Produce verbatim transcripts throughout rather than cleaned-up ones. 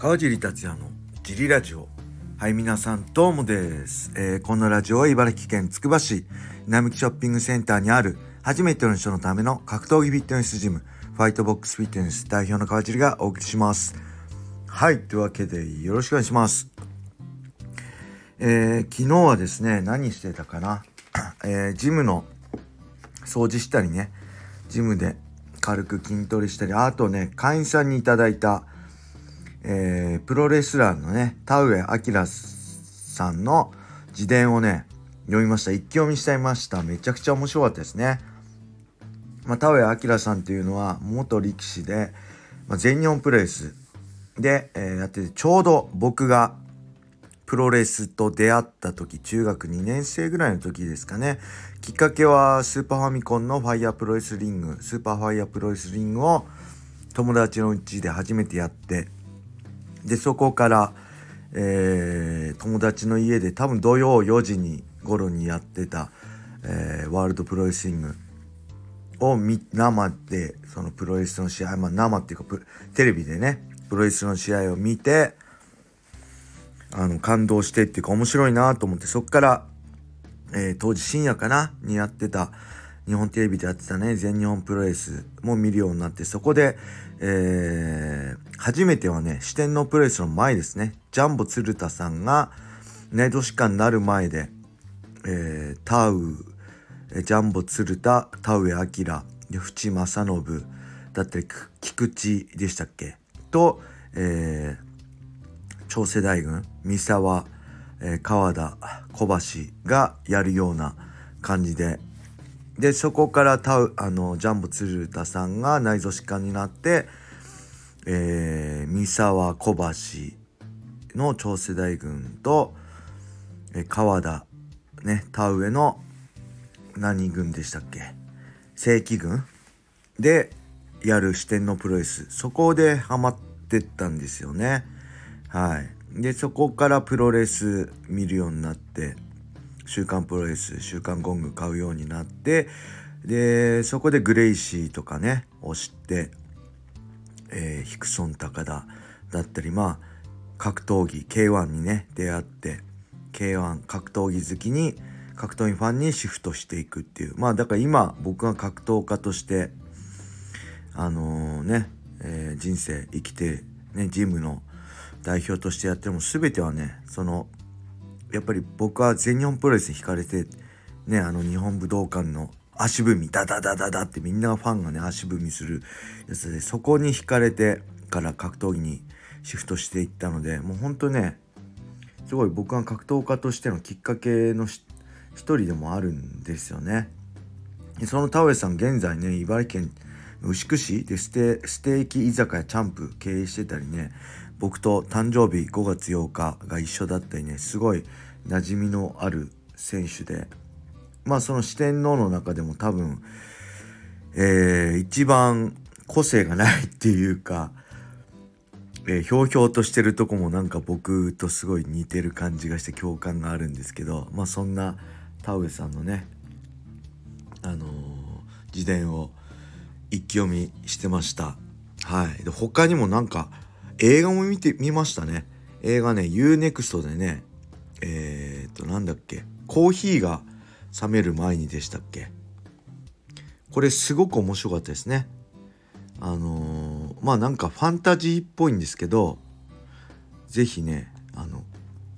川尻達也のジリラジオ。はい、皆さんどうもです、えー、このラジオは茨城県つくば市並木ショッピングセンターにある初めての人のための格闘技フィットネスジム、ファイトボックスフィットネス代表の川尻がお送りします。はい、というわけでよろしくお願いします。えー、昨日はですね、何してたかな、えー、ジムの掃除したりね、ジムで軽く筋トレしたり、あとね、会員さんにいただいたえー、プロレスラーのね田上彰さんの自伝をね読みました。一気読みしちゃいました。めちゃくちゃ面白かったですね。まあ、田上彰さんっていうのは元力士で、まあ、全日本プロレスで、えー、やってて、ちょうど僕がプロレスと出会った時、中学にねん生ぐらいの時ですかね。きっかけはスーパーファミコンのファイヤープロレスリングスーパーファイヤープロレスリングを友達のうちで初めてやって、でそこから、えー、友達の家で多分土曜よじに頃にやってた、えー、ワールドプロレスリングを生で、そのプロレスの試合、まあ生っていうかテレビでねプロレスの試合を見て、あの感動してっていうか面白いなと思って、そこから、えー、当時深夜かなにやってた日本テレビでやってたね全日本プロレスも見るようになって、そこで、えー、初めてはね四天王プロレスの前ですね、ジャンボ鶴田さんがね年間になる前で、えー、タウジャンボ鶴田田上彰で淵正信だったり菊池でしたっけと、えー、長世大軍三沢、えー、川田小橋がやるような感じで、でそこからタウあのジャンボ鶴田さんが内臓疾患になって、えー、三沢小橋の長世大軍と、えー、川田ね田植えの何軍でしたっけ、正規軍でやる四天王プロレス、そこでハマってったんですよね。はい。でそこからプロレス見るようになって、週刊プロレス、週刊ゴング買うようになって、でそこでグレイシーとかねを知って、えー、ヒクソン高田だったり、まあ格闘技 ケーワン にね出会って、 ケーワン 格闘技好きに格闘技ファンにシフトしていくっていう、まあだから今僕が格闘家としてあのー、ね、えー、人生生きてねジムの代表としてやってるも全てはね、そのやっぱり僕は全日本プロレスに惹かれてね、あの日本武道館の足踏みダダダダダってみんなファンがね足踏みするやつで、そこに惹かれてから格闘技にシフトしていったので、もうほんとねすごい僕が格闘家としてのきっかけの一人でもあるんですよね。でその田上さん現在ね茨城県牛久市でステ、ステーキ居酒屋チャンプ経営してたりね、僕と誕生日ごがつようかが一緒だったりね、すごい馴染みのある選手で、まあその四天王の中でも多分、えー、一番個性がないっていうか、えー、ひょうひょうとしてるとこもなんか僕とすごい似てる感じがして共感があるんですけど、まあそんな田上さんのねあのー、自伝を一気読みしてました。はい。で他にもなんか映画も見てみましたね。映画ね ユーネクスト でね、えー、っとなんだっけ、コーヒーが冷める前にでしたっけ、これすごく面白かったですね。あのー、まあなんかファンタジーっぽいんですけど、ぜひねあの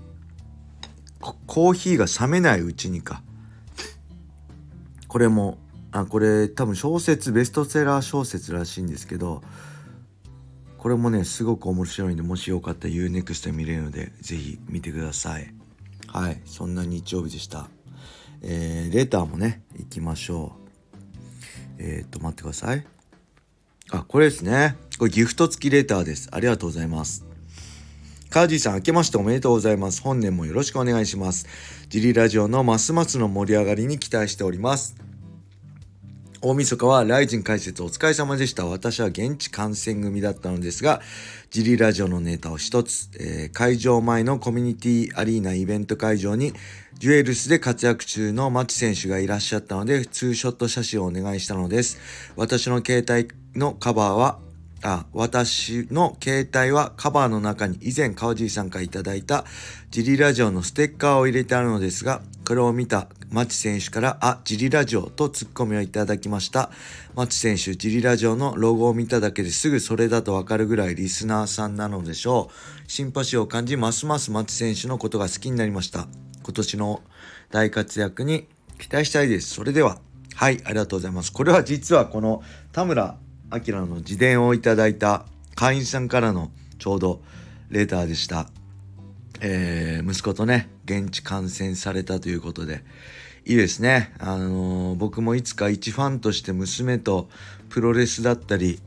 コーヒーが冷めないうちにか、これもあこれ多分小説ベストセラー小説らしいんですけど、これもねすごく面白いんで、もしよかったら ユーネクスト で見れるのでぜひ見てください。はい、そんな日曜日でした。えー、レターもね行きましょう。えー、っと待ってください。あ、これですね。これギフト付きレターです。ありがとうございます。カージーさん、明けましておめでとうございます。本年もよろしくお願いします。ジリラジオのますますの盛り上がりに期待しております。大晦日はライジン解説お疲れ様でした。私は現地観戦組だったのですが、ジリラジオのネタを一つ、えー、会場前のコミュニティアリーナイベント会場にデュエルスで活躍中の町選手がいらっしゃったので、ツーショット写真をお願いしたのです。私の携帯のカバーはあ、私の携帯はカバーの中に以前川尻さんからいただいたジリラジオのステッカーを入れてあるのですが、これを見た町選手から、あ、ジリラジオとツッコミをいただきました。町選手、ジリラジオのロゴを見ただけですぐそれだとわかるぐらいリスナーさんなのでしょう。シンパシーを感じ、ますます町選手のことが好きになりました。今年の大活躍に期待したいです。それでは。はい、ありがとうございます。これは実はこの田村明の自伝をいただいた会員さんからのちょうどレターでした。えー、息子とね、現地観戦されたということで、いいですね。あのー、僕もいつか一ファンとして娘とプロレスだったり、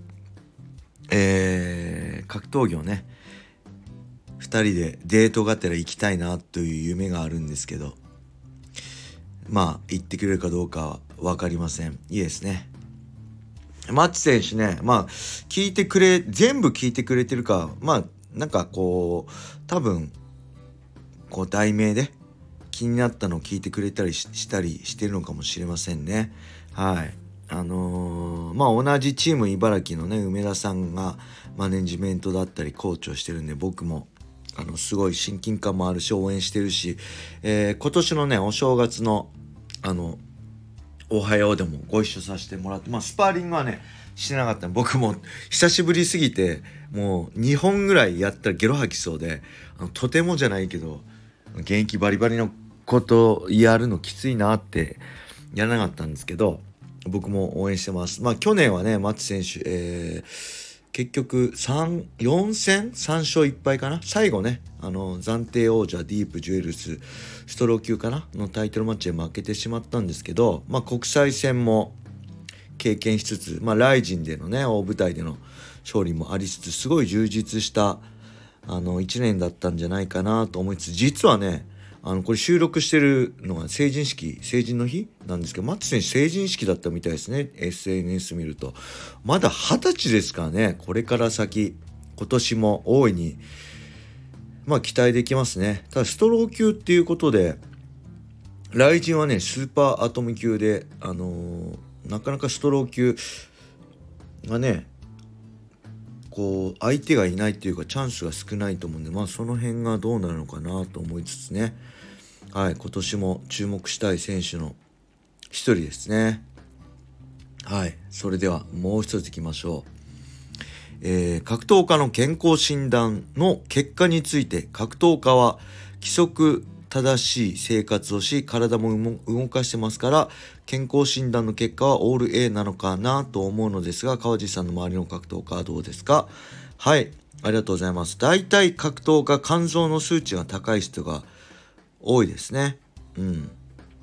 えー、格闘技をね、二人でデートがてら行きたいなという夢があるんですけど、まあ行ってくれるかどうかは分かりません。いいですね。マッチ選手ね、まあ聞いてくれ全部聞いてくれてるか、まあなんかこう多分こう題名で気になったのを聞いてくれたり し, したりしてるのかもしれませんね。はい。あのー、まあ同じチーム茨城のね梅田さんがマネジメントだったりコーチをしてるんで、僕もあのすごい親近感もあるし応援してるし、えー、今年のねお正月のあのおはようでもご一緒させてもらって、まあスパーリングはねしてなかった。僕も久しぶりすぎてもうにほんぐらいやったらゲロ吐きそうで、あのとてもじゃないけど現役バリバリのことやるのきついなってやらなかったんですけど、僕も応援してます。まあ去年はね松選手、えー結局さん、よん戦さん勝いっ敗かな。最後ね、あの暫定王者ディープジュエルスストロー級かなのタイトルマッチで負けてしまったんですけど、まあ国際戦も経験しつつ、まあライジンでのね大舞台での勝利もありつつ、すごい充実したあのいちねんだったんじゃないかなと思いつつ、実はねあのこれ収録してるのが成人式成人の日なんですけど、マッチ選手成人式だったみたいですね。 エスエヌエス 見るとまだはたちですからね。これから先今年も大いにまあ期待できますね。ただストロー級っていうことで、雷神はねスーパーアトム級で、あのー、なかなかストロー級がねこう相手がいないっていうかチャンスが少ないと思うんで、まあその辺がどうなるのかなと思いつつね、はい、今年も注目したい選手の一人ですね。はい、それではもう一ついきましょう。えー、格闘家の健康診断の結果について、格闘家は規則正しい生活をし体も動かしてますから、健康診断の結果はオール A なのかなと思うのですが、川地さんの周りの格闘家はどうですか？はい、ありがとうございます。大体格闘家肝臓の数値が高い人が多いですね。うん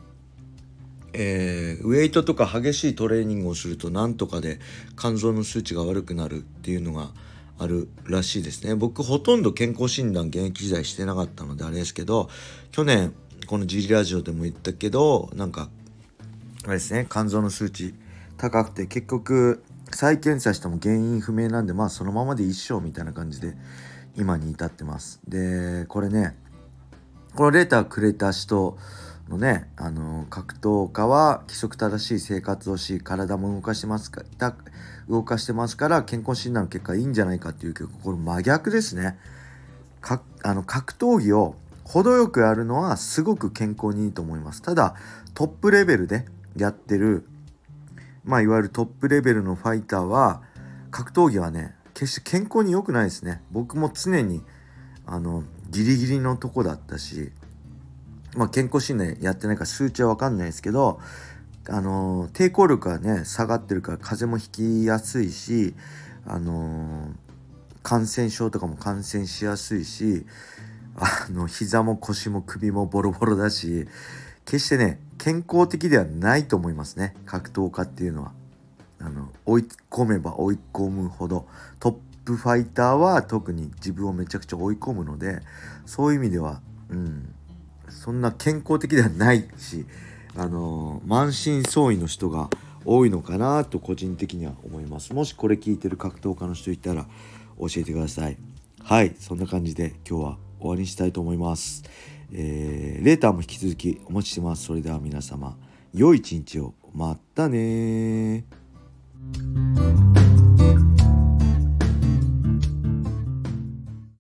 えー、ウェイトとか激しいトレーニングをするとなんとかで肝臓の数値が悪くなるっていうのがあるらしいですね。僕ほとんど健康診断現役時代してなかったのであれですけど、去年この G ラジオでも言ったけど、なんかあれですね、肝臓の数値高くて結局再検査しても原因不明なんで、まあそのままで一生みたいな感じで今に至ってます。でこれねこのレーターくれた人のね、あの格闘家は規則正しい生活をし体も動かしてますか動かしてますから健康診断の結果いいんじゃないかっていうけど、これ真逆ですね。かあの格闘技を程よくやるのはすごく健康にいいと思います。ただトップレベルでやってる、まあいわゆるトップレベルのファイターは格闘技はね決して健康に良くないですね。僕も常にあのギリギリのとこだったし、まあ健康診断やってないから数値は分かんないですけど、あの抵抗力がね下がってるから風邪もひきやすいし、あの感染症とかも感染しやすいし、あの膝も腰も首もボロボロだし、決してね健康的ではないと思いますね、格闘家っていうのは。あの追い込めば追い込むほど、トップファイターは特に自分をめちゃくちゃ追い込むので、そういう意味ではうんそんな健康的ではないし、あのー、満身創痍の人が多いのかなと個人的には思います。もしこれ聞いてる格闘家の人いたら教えてください。はい、そんな感じで今日は終わりにしたいと思います。えー、レーターも引き続きお待ちしてます。それでは皆様良い一日を。またね。